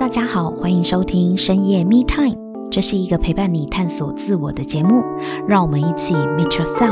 大家好，欢迎收听深夜 Me Time， 这是一个陪伴你探索自我的节目，让我们一起 Meet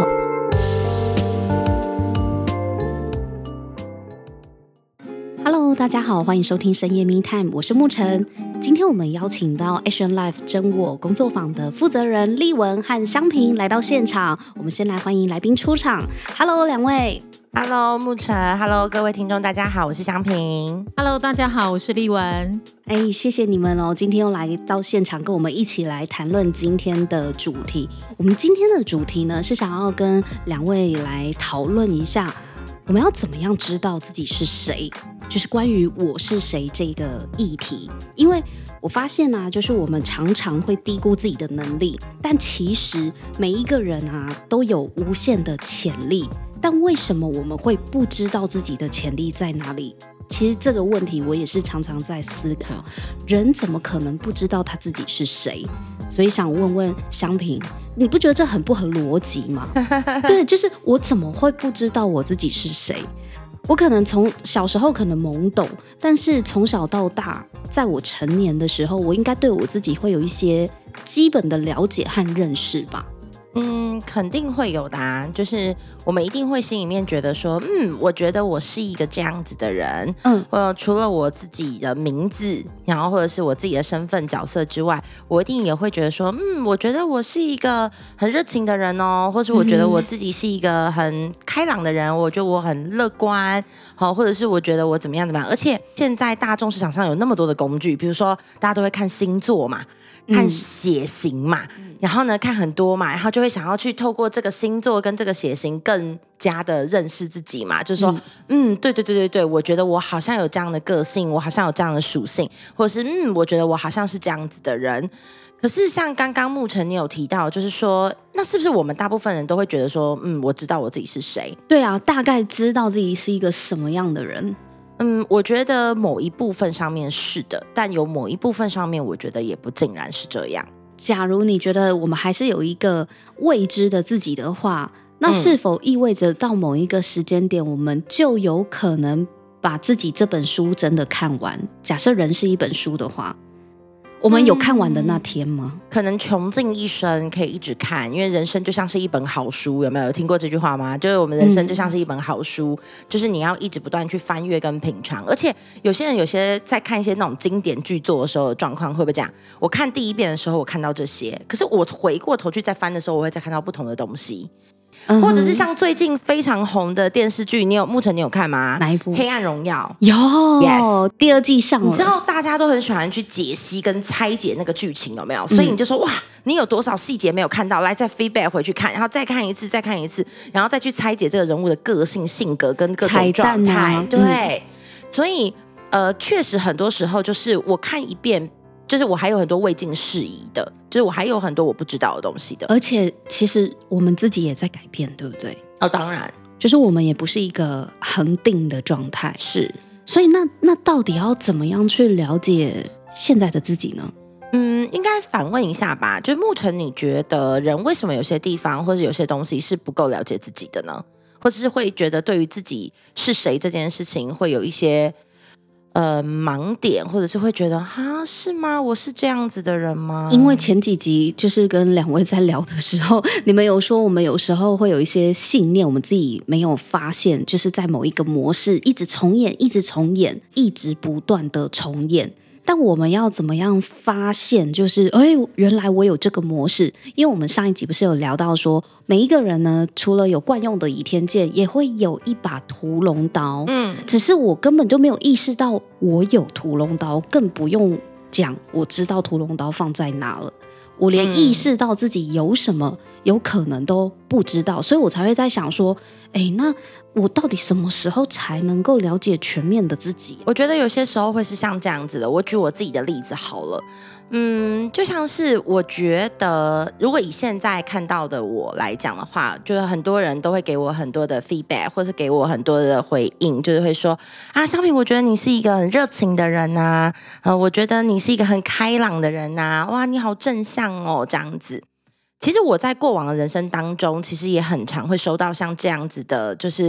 Yourself。Hello， 大家好，欢迎收听深夜 Me Time， 我是沐晨。今天我们邀请到 Action Life 真我工作坊的负责人丽文和香萍来到现场。我们先来欢迎来宾出场。Hello， 两位。 Hello， 沐晨 ，Hello， 各位听众，大家好，我是香萍。 Hello， 大家好，我是丽文。 谢谢你们哦，今天又来到现场，跟我们一起来谈论今天的主题。我们今天的主题呢，是想要跟两位来讨论一下，我们要怎么样知道自己是谁，就是关于我是谁这个议题。因为我发现啊，就是我们常常会低估自己的能力，但其实每一个人啊都有无限的潜力。但为什么我们会不知道自己的潜力在哪里？其实这个问题我也是常常在思考，人怎么可能不知道他自己是谁？所以想问问香萍，你不觉得这很不合逻辑吗？对，就是我怎么会不知道我自己是谁？我可能从小时候可能懵懂，但是从小到大，在我成年的时候，我应该对我自己会有一些基本的了解和认识吧。 肯定会有的啊，就是我们一定会心里面觉得说，我觉得我是一个这样子的人，除了我自己的名字，然后或者是我自己的身份角色之外，我一定也会觉得说，我觉得我是一个很热情的人哦，或者我觉得我自己是一个很开朗的人，我觉得我很乐观，或者是我觉得我怎么样，而且现在大众市场上有那么多的工具，比如说大家都会看星座嘛，看血型嘛，然后呢看很多嘛，然后就会想要去透过这个星座跟这个血型更加的认识自己嘛，就是说对，我觉得我好像有这样的个性，我好像有这样的属性，或者是我觉得我好像是这样子的人。可是像刚刚沐晨你有提到，就是说那是不是我们大部分人都会觉得说我知道我自己是谁？ 对啊，大概知道自己是一个什么样的人。 我觉得某一部分上面是的，但有某一部分上面我觉得也不尽然是这样。 假如你觉得我们还是有一个未知的自己的话，那是否意味着到某一个时间点，我们就有可能把自己这本书真的看完？假设人是一本书的话，我们有看完的那天吗？ 可能穷尽一生可以一直看，因为人生就像是一本好书，有没有听过这句话吗？就是我们人生就像是一本好书，就是你要一直不断去翻阅跟品尝。而且有些在看一些那种经典巨作的时候的状况会不会这样？我看第一遍的时候我看到这些，可是我回过头去再翻的时候，我会再看到不同的东西。或者是像最近非常红的电视剧，沐晨你有看吗？ 哪一部？ 黑暗荣耀。 有 Yes， 第二季上了。 你知道大家都很喜欢去解析跟拆解那个剧情，有没有？所以你就说哇，你有多少细节没有看到，来再 feedback 回去看，然后再看一次，然后再去拆解这个人物的个性、性格跟各种状态。对，所以确实很多时候就是我看一遍，就是我还有很多未尽事宜的，就是我还有很多我不知道的东西的。 而且其实我们自己也在改变，对不对？ 当然， 就是我们也不是一个恒定的状态。 是， 所以那到底要怎么样去了解现在的自己呢？ 应该反问一下吧，就是沐晨，你觉得人为什么有些地方或者有些东西是不够了解自己的呢？或者是会觉得对于自己是谁这件事情会有一些盲点，或者是会觉得是吗？我是这样子的人吗？ 因为前几集就是跟两位在聊的时候，你们有说我们有时候会有一些信念，我们自己没有发现，就是在某一个模式一直重演，一直不断的重演。但我们要怎么样发现，就是原来我有这个模式？因为我们上一集不是有聊到说，每一个人呢，除了有惯用的倚天剑，也会有一把屠龙刀。只是我根本就没有意识到我有屠龙刀，更不用讲我知道屠龙刀放在哪了。我连意识到自己有什么有可能都不知道，所以我才会在想说，那我到底什么时候才能够了解全面的自己？ 我觉得有些时候会是像这样子的。我举我自己的例子好了，就像是我觉得，如果以现在看到的我来讲的话，就是很多人都会给我很多的 feedback， 或是给我很多的回应，就是会说香萍，我觉得你是一个很热情的人啊，我觉得你是一个很开朗的人啊，哇，你好正向哦，这样子。其实我在过往的人生当中，其实也很常会收到像这样子的，就是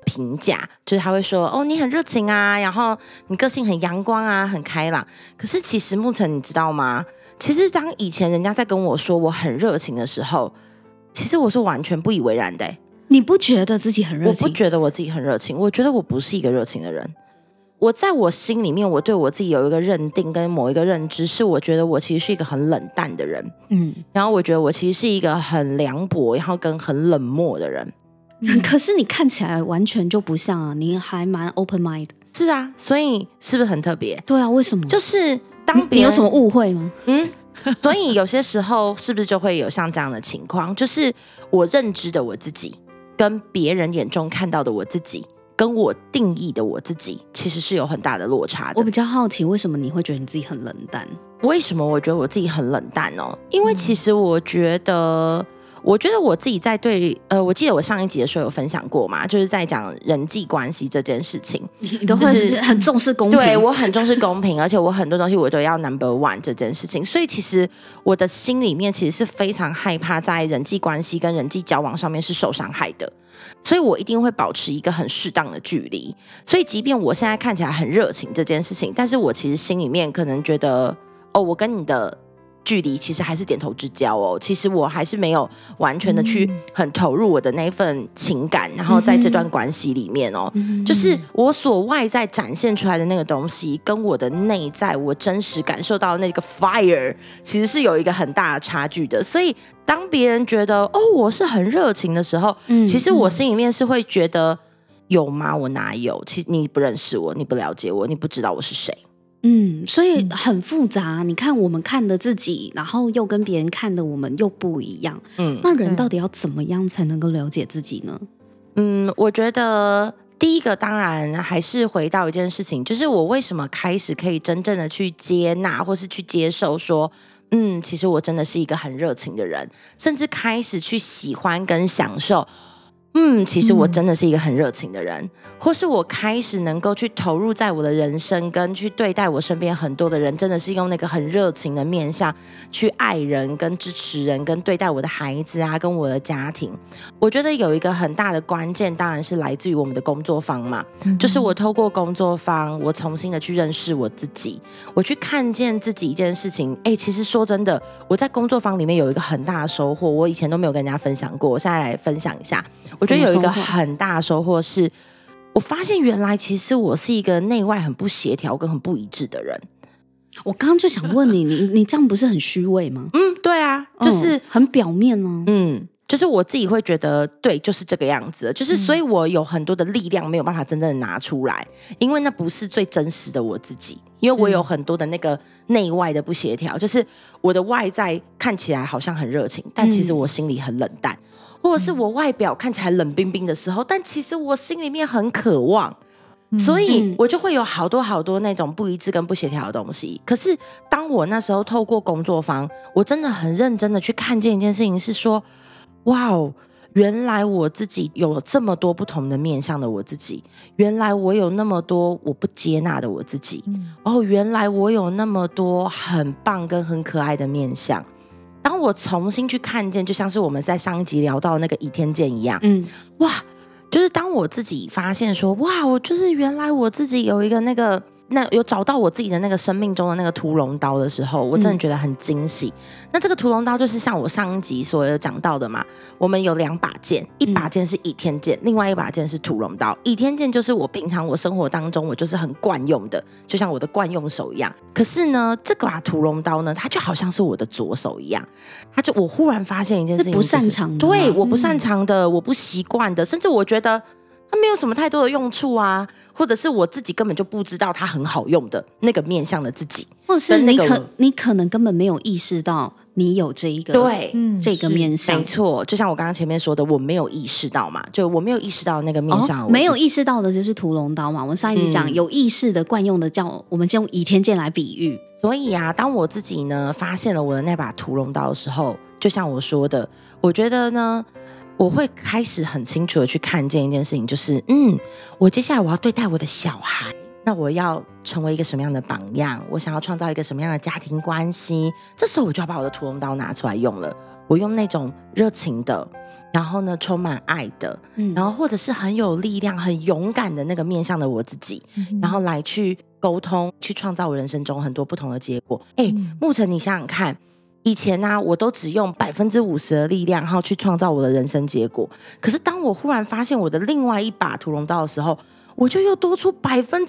评价，就是他会说哦你很热情啊，然后你个性很阳光啊，很开朗。可是其实牧晨你知道吗？其实当以前人家在跟我说我很热情的时候，其实我是完全不以为然的。 你不觉得自己很热情？ 我不觉得我自己很热情，我觉得我不是一个热情的人。我在我心里面，我对我自己有一个认定跟某一个认知，是我觉得我其实是一个很冷淡的人，然后我觉得我其实是一个很凉薄，然后跟很冷漠的人。 可是你看起来完全就不像啊，你还蛮 open mind。 是啊，所以是不是很特别？ 对啊，为什么？ 就是当别人你有什么误会吗？ 所以有些时候是不是就会有像这样的情况，就是我认知的我自己跟别人眼中看到的我自己跟我定义的我自己其实是有很大的落差的。 我比较好奇，为什么你会觉得你自己很冷淡？ 为什么我觉得我自己很冷淡哦？因为其实我觉得我自己在我记得我上一集的时候有分享过嘛，就是在讲人际关系这件事情， 你都会很重视公平。 对，我很重视公平，而且我很多东西我都要 No.1 这件事情，所以其实我的心里面其实是非常害怕在人际关系跟人际交往上面是受伤害的，所以我一定会保持一个很适当的距离。所以即便我现在看起来很热情这件事情，但是我其实心里面可能觉得我跟你的距离其实还是点头之交哦，其实我还是没有完全的去很投入我的那份情感，然后在这段关系里面哦，就是我所外在展现出来的那个东西跟我的内在我真实感受到的那个 fire 其实是有一个很大的差距的。所以当别人觉得我是很热情的时候，其实我心里面是会觉得有吗？我哪有？其实你不认识我，你不了解我，你不知道我是谁。 所以很复杂。你看我们看的自己，然后又跟别人看的我们又不一样。那人到底要怎么样才能够了解自己呢？ 我觉得第一个当然还是回到一件事情，就是我为什么开始可以真正的去接纳或是去接受说其实我真的是一个很热情的人，甚至开始去喜欢跟享受其实我真的是一个很热情的人，或是我开始能够去投入在我的人生，跟去对待我身边很多的人，真的是用那个很热情的面向去爱人跟支持人，跟对待我的孩子啊，跟我的家庭。我觉得有一个很大的关键当然是来自于我们的工作坊嘛，就是我透过工作坊，我重新的去认识我自己，我去看见自己一件事情。其实说真的，我在工作坊里面有一个很大的收获，我以前都没有跟人家分享过，我现在来分享一下。我觉得有一个很大的收获是，我发现原来其实我是一个内外很不协调跟很不一致的人。 我刚刚就想问你，你这样不是很虚伪吗？ 对啊，就是很表面呢。 就是我自己会觉得对，就是这个样子，就是所以我有很多的力量没有办法真正的拿出来，因为那不是最真实的我自己，因为我有很多的那个内外的不协调，就是我的外在看起来好像很热情，但其实我心里很冷淡，或者是我外表看起来冷冰冰的时候，但其实我心里面很渴望，所以我就会有好多好多那种不一致跟不协调的东西。可是当我那时候透过工作坊，我真的很认真的去看见一件事情，是说哇哦，原来我自己有这么多不同的面向的我自己，原来我有那么多我不接纳的我自己，原来我有那么多很棒跟很可爱的面向。当我重新去看见，就像是我们在上一集聊到那个倚天剑一样，哇，就是当我自己发现说，哇，我就是原来我自己有一个有找到我自己的那个生命中的那个屠龙刀的时候，我真的觉得很惊喜。那这个屠龙刀就是像我上一集所有讲到的嘛，我们有2把剑，一把剑是倚天剑，另外一把剑是屠龙刀。倚天剑就是我平常我生活当中我就是很惯用的，就像我的惯用手一样。可是呢，这把屠龙刀呢，它就好像是我的左手一样，我忽然发现一件事情， 是不擅长的， 对，我不擅长的，我不习惯的，甚至我觉得它没有什么太多的用处啊，或者是我自己根本就不知道它很好用的那个面向的自己， 或者是你可能根本没有意识到你有这一个对这个面向。 没错，就像我刚刚前面说的，我没有意识到嘛，就我没有意识到那个面向， 没有意识到的就是屠龙刀嘛。我们上一集讲有意识的惯用的我们就用倚天剑来比喻。 所以啊，当我自己呢发现了我的那把屠龙刀的时候，就像我说的，我觉得呢，我会开始很清楚的去看见一件事情，就是我接下来我要对待我的小孩，那我要成为一个什么样的榜样，我想要创造一个什么样的家庭关系，这时候我就要把我的屠龙刀拿出来用了。我用那种热情的， 然后呢充满爱的，然后或者是很有力量很勇敢的那个面向的我自己，然后来去沟通，去创造我人生中很多不同的结果。牧晨你想想看，以前啊我都只用50%的力量然后去创造我的人生结果，可是当我忽然发现我的另外一把屠龙刀的时候，我就又多出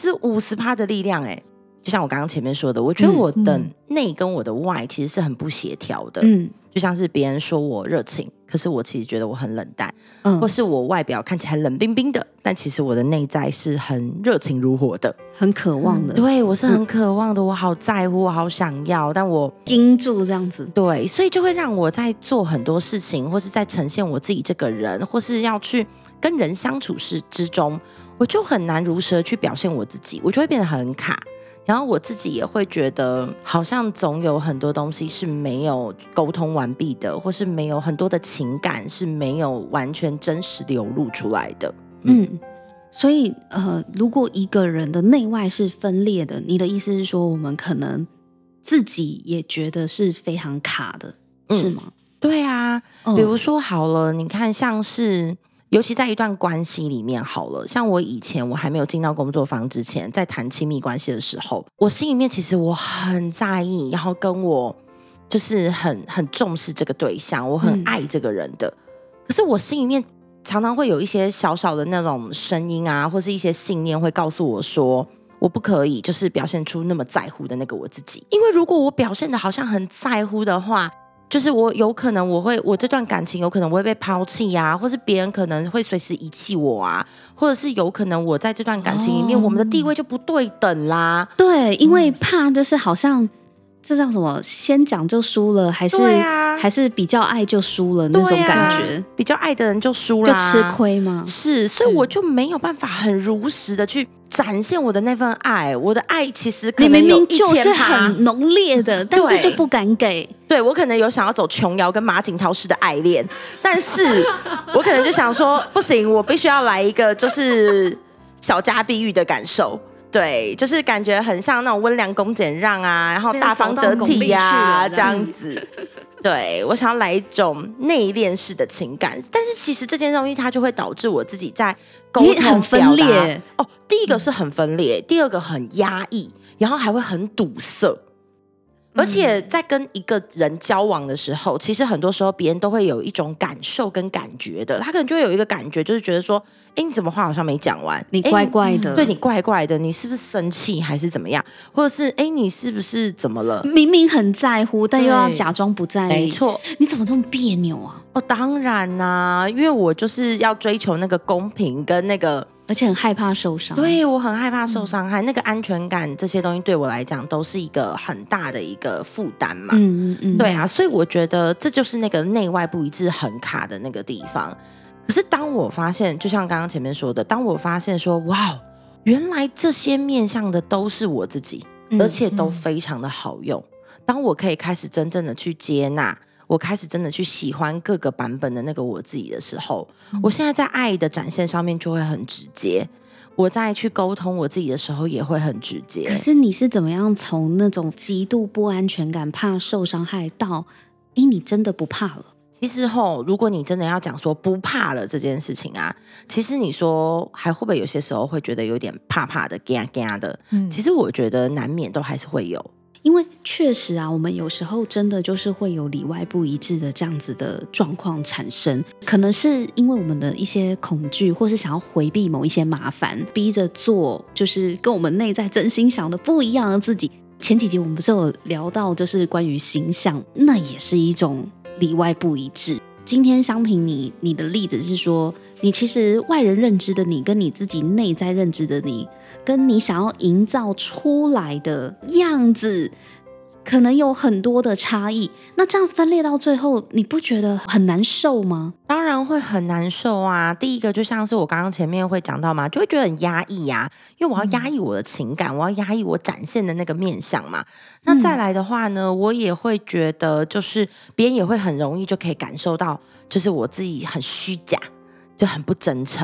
50%的力量。就像我刚刚前面说的，我觉得我的内跟我的外其实是很不协调的。就像是别人说我热情，可是我其实觉得我很冷淡，或是我外表看起来冷冰冰的，但其实我的内在是很热情如火的， 很渴望的。 对，我是很渴望的，我好在乎，我好想要，但我盯住这样子。 对，所以就会让我在做很多事情，或是在呈现我自己这个人，或是要去跟人相处之中，我就很难如实的去表现我自己，我就会变得很卡。然后我自己也会觉得好像总有很多东西是没有沟通完毕的，或是没有很多的情感是没有完全真实流露出来的。 所以如果一个人的内外是分裂的，你的意思是说我们可能自己也觉得是非常卡的，是吗？ 对啊，比如说好了，你看像是尤其在一段关系里面好了，像我以前我还没有进到工作坊之前，在谈亲密关系的时候，我心里面其实我很在意，然后跟我就是很重视这个对象，我很爱这个人的，可是我心里面常常会有一些小小的那种声音啊，或是一些信念会告诉我说我不可以就是表现出那么在乎的那个我自己，因为如果我表现的好像很在乎的话，就是我有可能我这段感情有可能我会被抛弃啊，或是别人可能会随时遗弃我啊，或者是有可能我在这段感情里面我们的地位就不对等啦。 对，因为怕就是好像这叫什么先讲就输了，还是还是比较爱就输了那种感觉， 比较爱的人就输了， 就吃亏吗？ 是，所以我就没有办法很如实的去展现我的那份爱，我的爱其实可能有1000%， 你明明就是很浓烈的，但是就不敢给。 对，我可能有想要走琼瑶跟马景涛式的爱恋，但是我可能就想说不行，我必须要来一个就是小家碧玉的感受。对，就是感觉很像那种温良恭俭让啊，然后大方得体啊，这样子。对，我想要来一种内敛式的情感，但是其实这件东西它就会导致我自己在沟通很分裂。 第一个是很分裂，第二个很压抑，然后还会很堵塞。而且在跟一个人交往的时候，其实很多时候别人都会有一种感受跟感觉的，他可能就会有一个感觉，就是觉得说，你怎么话好像没讲完， 你怪怪的， 对，你怪怪的，你是不是生气还是怎么样，或者是你是不是怎么了？ 明明很在乎，但又要假装不在意， 没错， 你怎么这么别扭啊？ 当然啦，因为我就是要追求那个公平跟那个。 而且很害怕受伤， 对，我很害怕受伤害，那个安全感这些东西对我来讲都是一个很大的一个负担嘛。对啊，所以我觉得这就是那个内外不一致很卡的那个地方。可是当我发现，就像刚刚前面说的，当我发现说，哇，原来这些面向的都是我自己，而且都非常的好用。当我可以开始真正的去接纳，我开始真的去喜欢各个版本的那个我自己的时候，我现在在爱的展现上面就会很直接，我在去沟通我自己的时候也会很直接。 可是你是怎么样从那种极度不安全感怕受伤害到你真的不怕了？ 其实如果你真的要讲说不怕了这件事情啊，其实你说还会不会有些时候会觉得有点怕怕的怕怕的，其实我觉得难免都还是会有。 因为确实啊，我们有时候真的就是会有里外不一致的这样子的状况产生，可能是因为我们的一些恐惧，或是想要回避某一些麻烦，逼着做就是跟我们内在真心想的不一样的自己。前几集我们不是有聊到就是关于形象，那也是一种里外不一致。今天相平你的例子是说，你其实外人认知的你跟你自己内在认知的你，跟你想要营造出来的样子可能有很多的差异，那这样分裂到最后你不觉得很难受吗？ 当然会很难受啊。第一个就像是我刚刚前面会讲到嘛，就会觉得很压抑啊，因为我要压抑我的情感，我要压抑我展现的那个面向嘛。那再来的话呢，我也会觉得就是别人也会很容易就可以感受到，就是我自己很虚假，就很不真诚，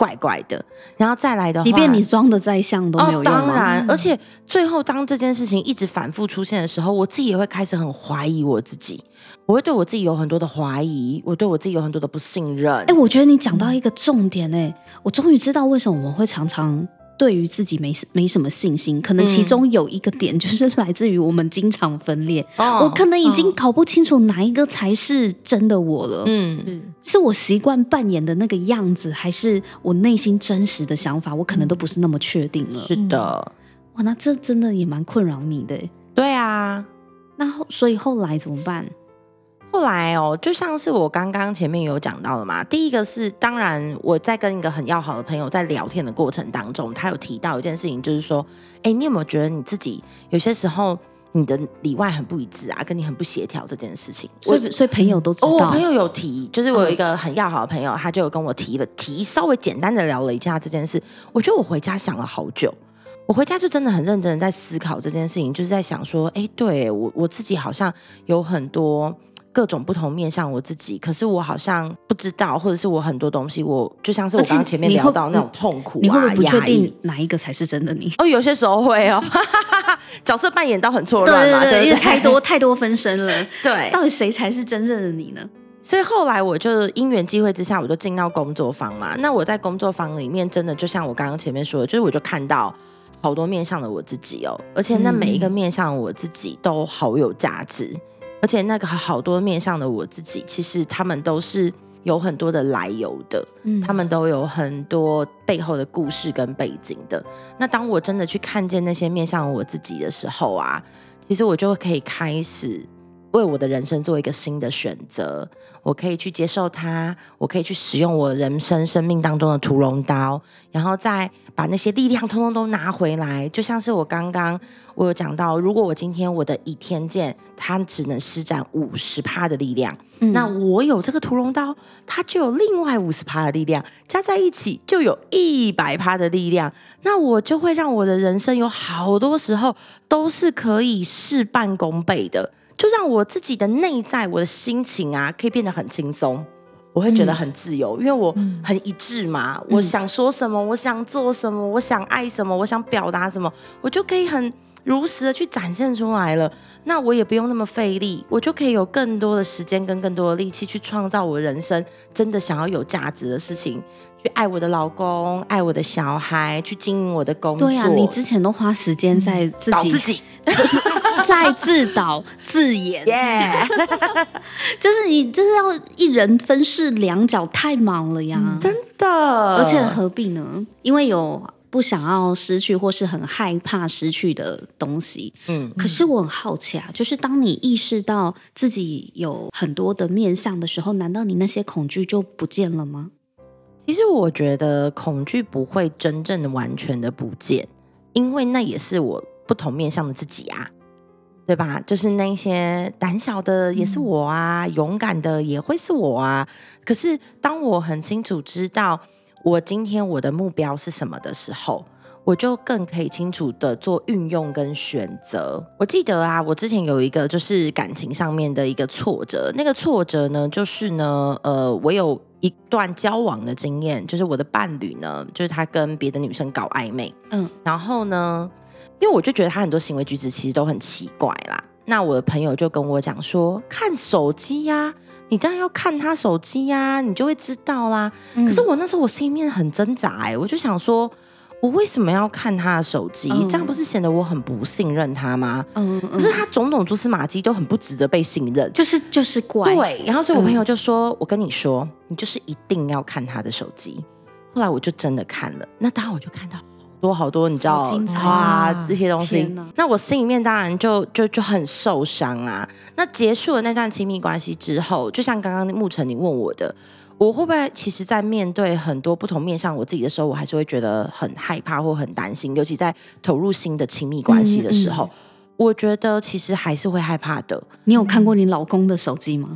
怪怪的。然后再来的话， 即便你装的再像都没有用吗？ 当然，而且最后当这件事情一直反复出现的时候，我自己也会开始很怀疑我自己，我会对我自己有很多的怀疑，我对我自己有很多的不信任。 我觉得你讲到一个重点我终于知道为什么我们会常常对于自己没什么信心，可能其中有一个点就是来自于我们经常分裂。我可能已经搞不清楚哪一个才是真的我了。是我习惯扮演的那个样子，还是我内心真实的想法，我可能都不是那么确定了。 是的， 哇，那这真的也蛮困扰你的。 对啊， 那所以后来怎么办？ 后来就像是我刚刚前面有讲到的嘛，第一个是当然我在跟一个很要好的朋友在聊天的过程当中，他有提到一件事情，就是说你有没有觉得你自己有些时候你的里外很不一致啊，跟你很不协调这件事情。 所以朋友都知道。 我朋友有提，就是我有一个很要好的朋友，他就有跟我提稍微简单的聊了一下这件事。我觉得我回家想了好久，我回家就真的很认真的在思考这件事情，就是在想说对我自己好像有很多各种不同面向我自己，可是我好像不知道，或者是我很多东西，我就像是我刚刚前面聊到那种痛苦啊， 你会不会不确定哪一个才是真的你？ 有些时候会角色扮演到很错乱嘛， 对，因为太多分身了。 对， 到底谁才是真正的你呢？ 所以后来我就因缘际会之下，我就进到工作坊嘛。那我在工作坊里面，真的就像我刚刚前面说的，就是我就看到好多面向的我自己而且那每一个面向我自己都好有价值。而且那个好多面向的我自己，其实他们都是有很多的来由的，他们都有很多背后的故事跟背景的。那当我真的去看见那些面向我自己的时候啊，其实我就可以开始为我的人生做一个新的选择。我可以去接受它，我可以去使用我人生命当中的屠龙刀，然后再把那些力量通通都拿回来。就像是我刚刚我有讲到，如果我今天我的倚天剑它只能施展 50% 的力量，那我有这个屠龙刀，它就有另外 50% 的力量，加在一起就有 100% 的力量。那我就会让我的人生有好多时候都是可以事半功倍的，就让我自己的内在，我的心情啊，可以变得很轻松，我会觉得很自由，因为我很一致嘛，我想说什么，我想做什么，我想爱什么，我想表达什么，我就可以很如实的去展现出来了。那我也不用那么费力，我就可以有更多的时间跟更多的力气去创造我人生真的想要有价值的事情，去爱我的老公，爱我的小孩，去经营我的工作。 对啊，你之前都花时间在导自己在自导自演就是你就是要一人分饰两角，太忙了呀， 真的。 而且何必呢？因为有不想要失去或是很害怕失去的东西。可是我很好奇啊，就是当你意识到自己有很多的面向的时候，难道你那些恐惧就不见了吗？ 其实我觉得恐惧不会真正的完全的不见，因为那也是我不同面向的自己啊，对吧？就是那些胆小的也是我啊，勇敢的也会是我啊。可是当我很清楚知道我今天我的目标是什么的时候，我就更可以清楚的做运用跟选择。我记得啊，我之前有一个就是感情上面的一个挫折，那个挫折呢，就是呢，我有一段交往的经验，就是我的伴侣呢，就是他跟别的女生搞暧昧，然后呢，因为我就觉得他很多行为举止其实都很奇怪啦。那我的朋友就跟我讲说，看手机呀，你当然要看他手机呀，你就会知道啦。可是我那时候我心里面很挣扎我就想说，我为什么要看他的手机？这样不是显得我很不信任他吗？可是他种种蛛丝马迹都很不值得被信任， 就是怪。 对，然后所以我朋友就说，我跟你说，你就是一定要看他的手机。后来我就真的看了，那当然我就看到好多你知道这些东西，那我心里面当然就很受伤啊。那结束了那段亲密关系之后，就像刚刚牧晨你问我的，我会不会其实在面对很多不同面向我自己的时候，我还是会觉得很害怕或很担心，尤其在投入新的亲密关系的时候，我觉得其实还是会害怕的。 你有看过你老公的手机吗？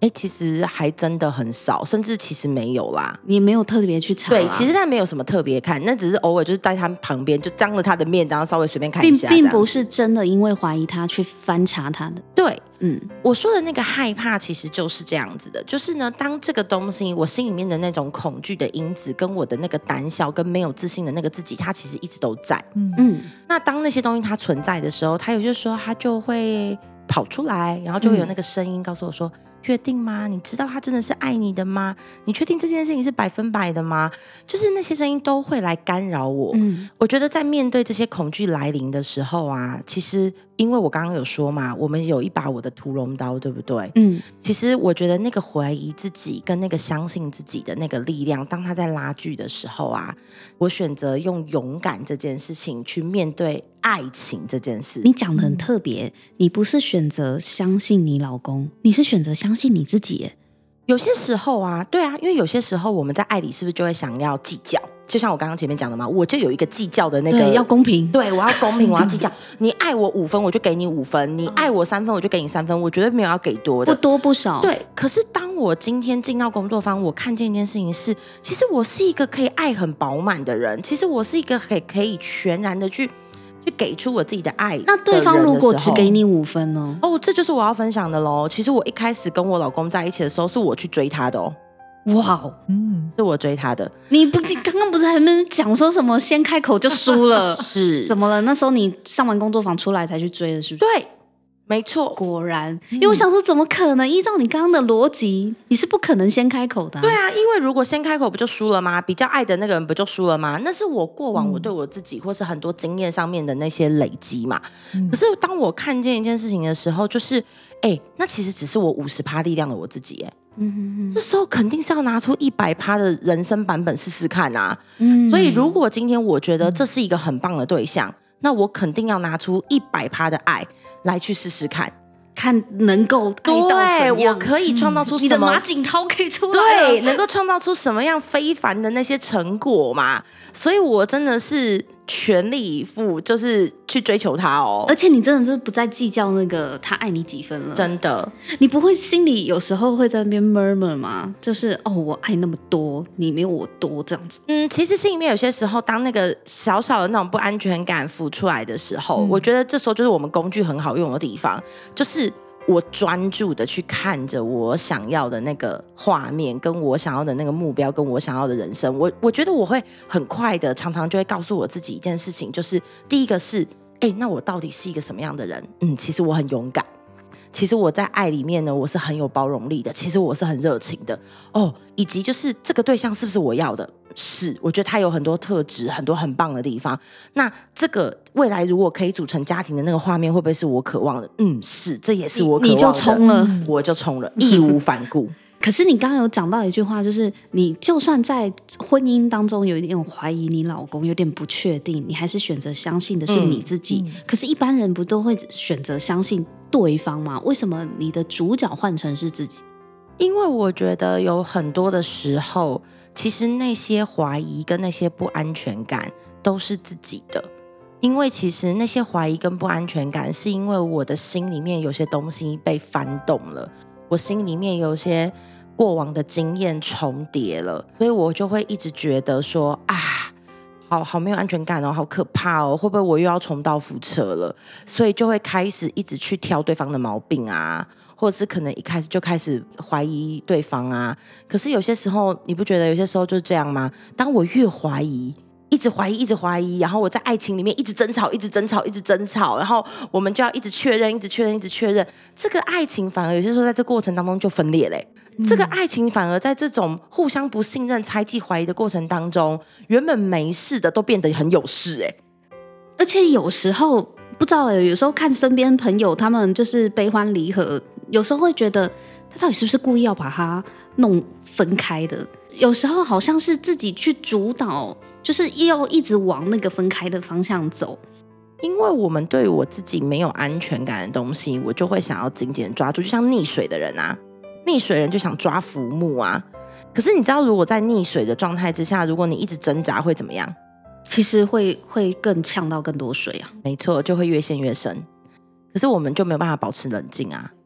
其实还真的很少，甚至其实没有啦。 你也没有特别去查啦。 对，其实那没有什么特别看，那只是偶尔就是在他旁边就当着他的面，然后稍微随便看一下， 并不是真的因为怀疑他去翻查他的。 对，我说的那个害怕其实就是这样子的，就是呢，当这个东西我心里面的那种恐惧的因子，跟我的那个胆小跟没有自信的那个自己，它其实一直都在。那当那些东西它存在的时候，它有些时候它就会跑出来，然后就会有那个声音告诉我说，确定吗？你知道他真的是爱你的吗？你确定这件事情是100%的吗？就是那些声音都会来干扰我。我觉得在面对这些恐惧来临的时候啊，其实因为我刚刚有说嘛，我们有一把我的屠龙刀，对不对？其实我觉得那个怀疑自己跟那个相信自己的那个力量，当他在拉锯的时候啊，我选择用勇敢这件事情去面对爱情这件事。 你讲得很特别，你不是选择相信你老公，你是选择相信你自己耶。 有些时候啊，对啊，因为有些时候我们在爱里是不是就会想要计较？就像我刚刚前面讲的嘛，我就有一个计较的那个， 对，要公平。 对，我要公平，我要计较。你爱我5分，我就给你5分；你爱我3分，我就给你3分。我绝对没有要给多的， 不多不少。 对，可是当我今天进到工作坊，我看见一件事情是，其实我是一个可以爱很饱满的人，其实我是一个可以全然的去给出我自己的爱的人的时候。 那对方如果只给你5分呢？ 这就是我要分享的咯。其实我一开始跟我老公在一起的时候，是我去追他的哦。 哇， 是我追他的。 你刚刚不是还没讲说什么先开口就输了？ 是怎么了？那时候你上完工作坊出来才去追的，是不是？ 对，没错。 果然，因为我想说，怎么可能？依照你刚刚的逻辑，你是不可能先开口的。 对啊，因为如果先开口不就输了吗？比较爱的那个人不就输了吗？那是我过往我对我自己或是很多经验上面的那些累积嘛。可是当我看见一件事情的时候，就是那其实只是我50%力量的我自己这时候肯定是要拿出100%的人生版本试试看啊。所以如果今天我觉得这是一个很棒的对象，那我肯定要拿出100%的爱来去试试看， 看能够爱到怎样， 我可以创造出什么， 你的马景涛可以出来对，能够创造出什么样非凡的那些成果嘛。所以我真的是全力以赴，就是去追求他哦。 而且你真的是不再计较那个他爱你几分了， 真的。 你不会心里有时候会在那边 murmur 吗？就是我爱那么多，你没有我多这样子。 其实心里面有些时候，当那个小小的那种不安全感浮出来的时候，我觉得这时候就是我们工具很好用的地方，就是我专注的去看着我想要的那个画面，跟我想要的那个目标，跟我想要的人生。我觉得我会很快的，常常就会告诉我自己一件事情，就是第一个是，那我到底是一个什么样的人？其实我很勇敢。其实我在爱里面呢，我是很有包容力的。其实我是很热情的以及就是这个对象是不是我要的？是，我觉得他有很多特质，很多很棒的地方。那这个未来如果可以组成家庭的那个画面，会不会是我渴望的？是，这也是我渴望的。 你就冲了， 我就冲了，义无反顾。 可是你刚刚有讲到一句话，就是你就算在婚姻当中有一点怀疑你老公，有点不确定，你还是选择相信的是你自己。可是一般人不都会选择相信对方吗？为什么你的主角换成是自己？ 因为我觉得有很多的时候，其实那些怀疑跟那些不安全感都是自己的。因为其实那些怀疑跟不安全感，是因为我的心里面有些东西被翻动了，我心里面有些过往的经验重叠了，所以我就会一直觉得说好没有安全感哦，好可怕哦，会不会我又要重蹈覆辙了？所以就会开始一直去挑对方的毛病啊，或者是可能一开始就开始怀疑对方啊。可是有些时候你不觉得有些时候就是这样吗？当我越怀疑，一直怀疑，然后我在爱情里面一直争吵，然后我们就要一直确认，这个爱情反而有些时候在这过程当中就分裂嘞。这个爱情反而在这种互相不信任、猜忌、怀疑的过程当中，原本没事的都变得很有事而且有时候不知道有时候看身边朋友他们就是悲欢离合，有时候会觉得他到底是不是故意要把他弄分开的？有时候好像是自己去主导，就是要一直往那个分开的方向走。 因为我们对于我自己没有安全感的东西，我就会想要紧紧抓住，就像溺水的人啊，溺水人就想抓浮木啊。可是你知道，如果在溺水的状态之下，如果你一直挣扎，会怎么样？ 其实会更呛到更多水啊。 没错，就会越陷越深。可是我们就没有办法保持冷静啊，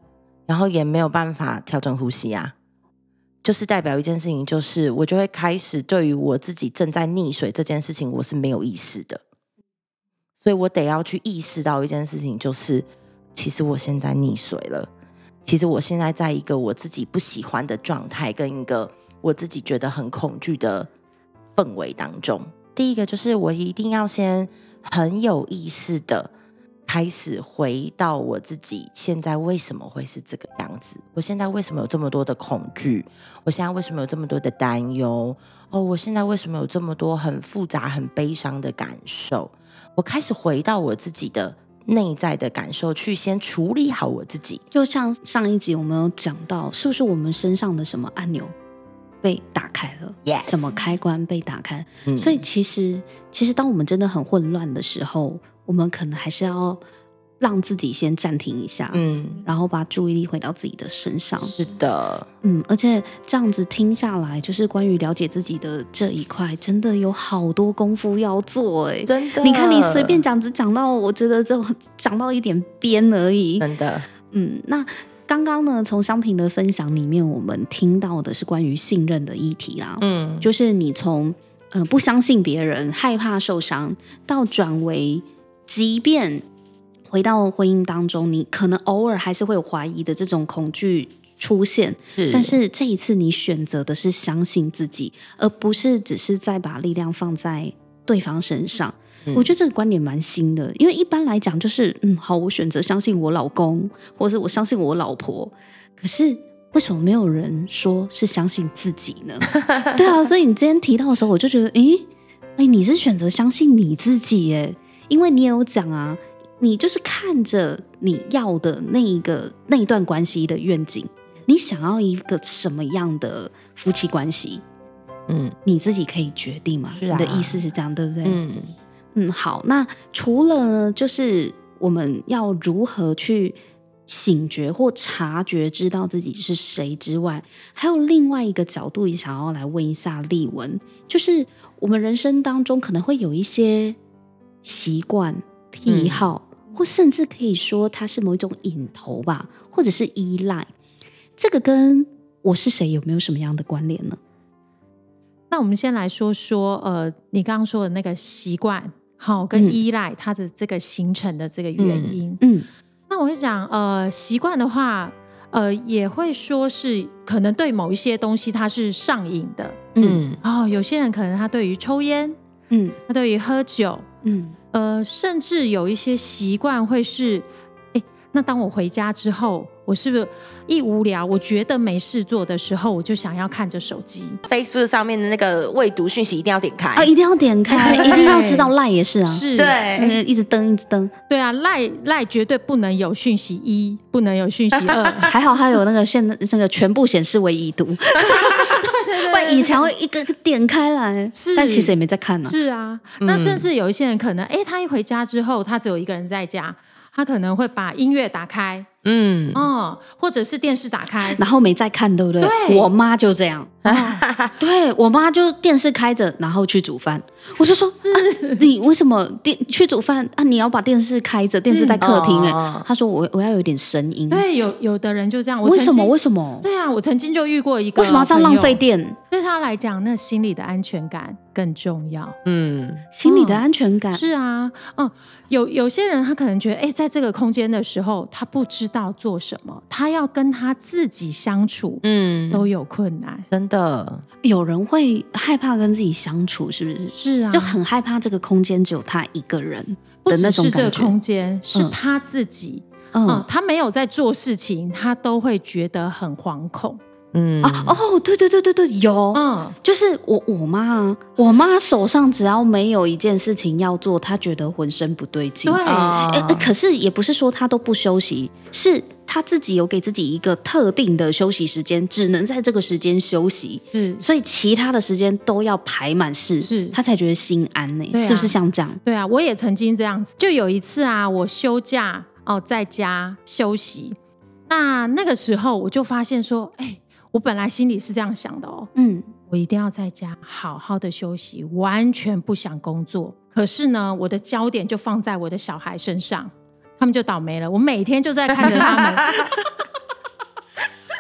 然后也没有办法调整呼吸啊，就是代表一件事情，就是我就会开始对于我自己正在溺水这件事情我是没有意识的，所以我得要去意识到一件事情，就是其实我现在溺水了，其实我现在在一个我自己不喜欢的状态跟一个我自己觉得很恐惧的氛围当中。第一个就是我一定要先很有意识的开始回到我自己现在为什么会是这个样子，我现在为什么有这么多的恐惧，我现在为什么有这么多的担忧，我现在为什么有这么多很复杂很悲伤的感受，我开始回到我自己的内在的感受去先处理好我自己。 就像上一集我们有讲到，是不是我们身上的什么按钮被打开了， Yes 什么开关被打开，所以其实当我们真的很混乱的时候，我们可能还是要让自己先暂停一下，然后把注意力回到自己的身上。 是的， 而且这样子听下来，就是关于了解自己的这一块，真的有好多功夫要做真的。 你看你随便讲，只讲到我觉得这讲到一点边而已， 真的。 那刚刚呢，从商品的分享里面，我们听到的是关于信任的议题啦。就是你从不相信别人、害怕受伤，到转为即便回到婚姻当中，你可能偶尔还是会有怀疑的这种恐惧出现，但是这一次你选择的是相信自己，而不是只是在把力量放在对方身上。我觉得这个观点蛮新的，因为一般来讲就是好，我选择相信我老公，或者是我相信我老婆，可是为什么没有人说是相信自己呢？对啊，所以你今天提到的时候，我就觉得你是选择相信你自己耶，因为你也有讲啊，你就是看着你要的那一段关系的愿景，你想要一个什么样的夫妻关系，你自己可以决定嘛。你的意思是这样对不对？好，那除了就是我们要如何去醒觉或察觉知道自己是谁之外，还有另外一个角度也想要来问一下丽文，就是我们人生当中可能会有一些习惯癖好，或甚至可以说它是某一种瘾头吧，或者是依赖，这个跟我是谁有没有什么样的关联呢？ 那我们先来说说你刚刚说的那个习惯跟依赖它的这个形成的这个原因。那我会讲习惯的话也会说是可能对某一些东西它是上瘾的。有些人可能他对于抽烟，他对于喝酒，甚至有一些习惯会是那当我回家之后，我是不是一无聊我觉得没事做的时候，我就想要看着手机 Facebook 上面的那个未读讯息一定要点开一定要点开一定要知道 LINE 也是啊， 是对，那个一直登对啊，LINE 绝对不能有讯息1，不能有讯息2 还好还有那个那个全部显示为已读不然以前会一个个点开来，但其实也没在看啊。 是啊，那甚至有一些人可能他一回家之后，他只有一个人在家，他可能会把音乐打开，或者是电视打开， 然后没再看，对不对？ 对， 我妈就这样，对我妈就电视开着，然后去煮饭。我就说，你为什么去煮饭啊？你要把电视开着，电视在客厅她说我要有点声音。 对，有的人就这样。 为什么？ 对啊，我曾经就遇过一个， 为什么要这样浪费电？ 对他来讲，那心理的安全感更重要。 心理的安全感是啊，有些人他可能觉得，在这个空间的时候，他不知道做什么，他要跟他自己相处，都有困难。 真的， 有人会害怕跟自己相处，是不是？ 是啊， 就很害怕这个空间只有他一个人的那种感觉。 不只是这个空间，是他自己。他没有在做事情，他都会觉得很惶恐。 对，有，就是我妈手上只要没有一件事情要做，她觉得浑身不对劲。 对， 可是也不是说她都不休息，是她自己有给自己一个特定的休息时间，只能在这个时间休息，所以其他的时间都要排满事，她才觉得心安呢。是不是像这样？ 对啊，我也曾经这样子，就有一次啊，我休假在家休息，那个时候我就发现说，我本来心里是这样想的我一定要在家好好的休息，完全不想工作。可是呢，我的焦点就放在我的小孩身上，他们就倒霉了。我每天就在看着他们，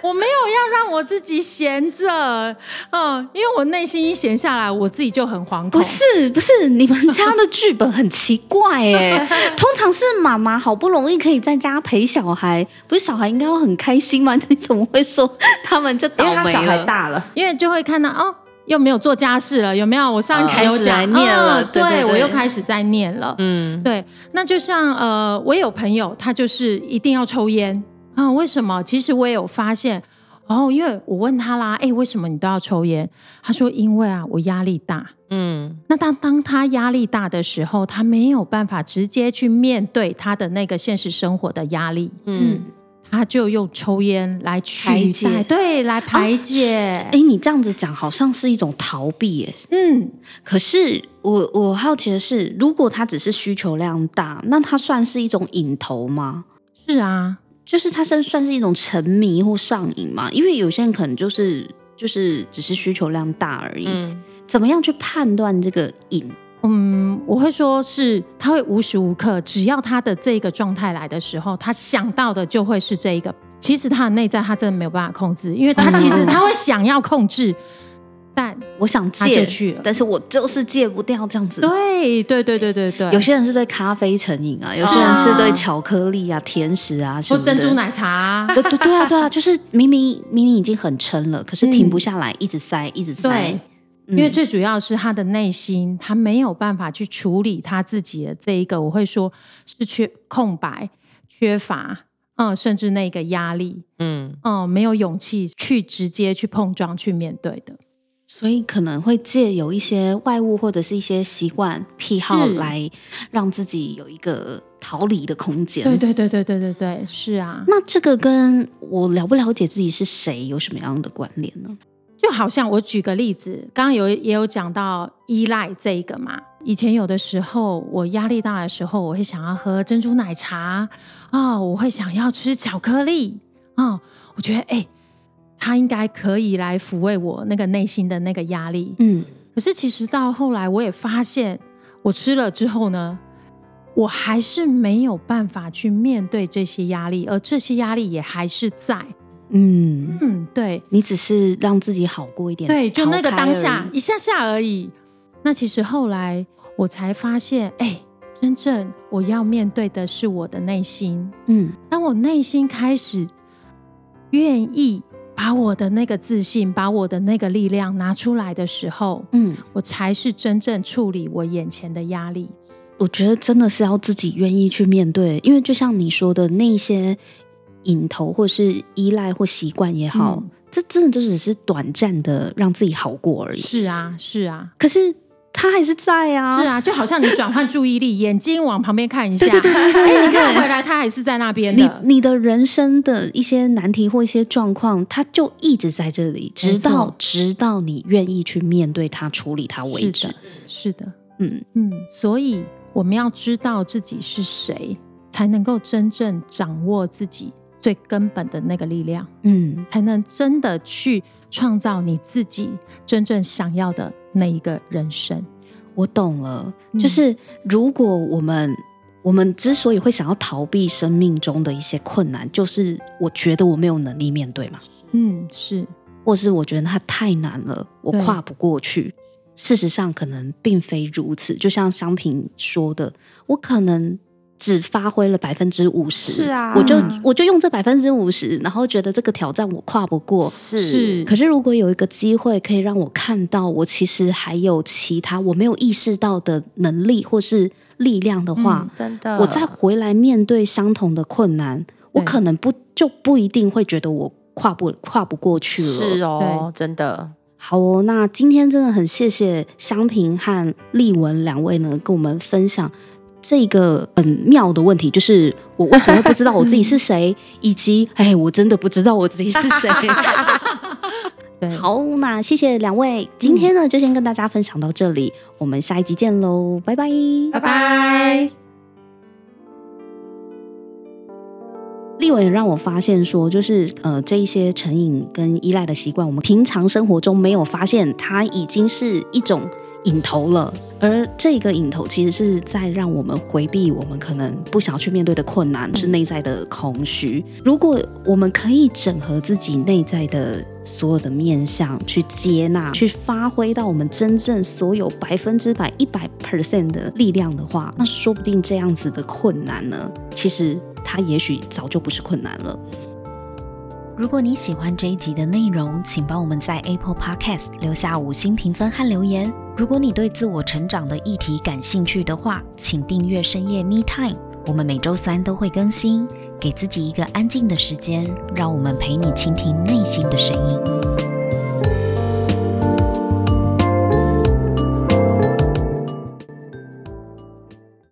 我没有要让我自己闲着，因为我内心一闲下来，我自己就很惶恐。 不是，你们家的剧本很奇怪耶。通常是妈妈好不容易可以在家陪小孩，不是小孩应该要很开心吗？你怎么会说他们就倒霉了？ 因为他小孩大了， 因为就会看到又没有做家事了，有没有？我上一集有讲念了， 对，我又开始在念了。对，那就像我也有朋友，他就是一定要抽烟为什么？其实我也有发现因为我问他啦，为什么你都要抽烟？他说因为我压力大。那当他压力大的时候，他没有办法直接去面对他的那个现实生活的压力。他就用抽烟来取代，对，来排解。 你这样子讲好像是一种逃避耶。可是我好奇的是，如果他只是需求量大，那他算是一种瘾头吗？ 是啊， 就是他算是一种沉迷或上瘾吗？因为有些人可能就是只是需求量大而已。怎么样去判断这个瘾？ 我会说是他会无时无刻，只要他的这个状态来的时候，他想到的就会是这一个。其实他的内在他真的没有办法控制，因为他其实他会想要控制，但我想戒他就去了， 但是我就是戒不掉这样子。 对，有些人是对咖啡成瘾啊，有些人是对巧克力啊、甜食啊什么的， 或珍珠奶茶。 对啊，就是明明已经很撑了，可是停不下来，一直塞。 对。因为最主要是他的内心，他没有办法去处理他自己的这一个，我会说是空白、缺乏，甚至那个压力，没有勇气去直接去碰撞、去面对的， 所以可能会借有一些外物或者是一些习惯、癖好来让自己有一个逃离的空间。 对，是啊。 那这个跟我了不了解自己是谁有什么样的关联呢？ 就好像我举个例子，刚刚也有讲到依赖这一个嘛。以前有的时候我压力大的时候，我会想要喝珍珠奶茶我会想要吃巧克力我觉得它应该可以来抚慰我那个内心的那个压力。可是其实到后来我也发现，我吃了之后呢，我还是没有办法去面对这些压力，而这些压力也还是在。对， 你只是让自己好过一点， 对，就那个当下一下下而已。那其实后来我才发现，真正我要面对的是我的内心。当我内心开始愿意把我的那个自信，把我的那个力量拿出来的时候，我才是真正处理我眼前的压力。 我觉得真的是要自己愿意去面对，因为就像你说的那些瘾头或是依赖或习惯也好，这真的就只是短暂的让自己好过而已。 是啊， 可是它还是在啊。 是啊，就好像你转换注意力，眼睛往旁边看一下， 对， 你看回来，它还是在那边的。 你的人生的一些难题或一些状况，它就一直在这里，直到你愿意去面对它、处理它为止。 是的，所以我们要知道自己是谁，才能够真正掌握自己最根本的那个力量，才能真的去创造你自己真正想要的那一个人生。 我懂了，就是如果我们之所以会想要逃避生命中的一些困难，就是我觉得我没有能力面对嘛， 是， 或是我觉得它太难了，我跨不过去。事实上可能并非如此，就像商品说的，我可能只发挥了50%， 是啊， 我就用这50%，然后觉得这个挑战我跨不过， 是。 可是如果有一个机会可以让我看到，我其实还有其他我没有意识到的能力或是力量的话， 真的， 我再回来面对相同的困难，我可能不一定会觉得我跨不过去了。 是哦，真的。 好哦，那今天真的很谢谢香萍和丽文两位呢，跟我们分享这个很妙的问题，就是我为什么会不知道我自己是谁，以及我真的不知道我自己是谁。 对， 好，那谢谢两位，今天呢就先跟大家分享到这里，我们下一集见喽，拜拜， 拜拜。 丽文也让我发现说，就是这一些成瘾跟依赖的习惯，我们平常生活中没有发现，它已经是一种瘾头了，而这个瘾头其实是在让我们回避我们可能不想要去面对的困难，是内在的空虚。如果我们可以整合自己内在的所有的面向，去接纳，去发挥到我们真正所有100%、100% 的力量的话，那说不定这样子的困难呢，其实它也许早就不是困难了。 如果你喜欢这一集的内容，请帮我们在 Apple Podcast 留下5星评分和留言。如果你对自我成长的议题感兴趣的话，请订阅深夜 Me Time， 我们每周3都会更新，给自己一个安静的时间，让我们陪你倾听内心的声音。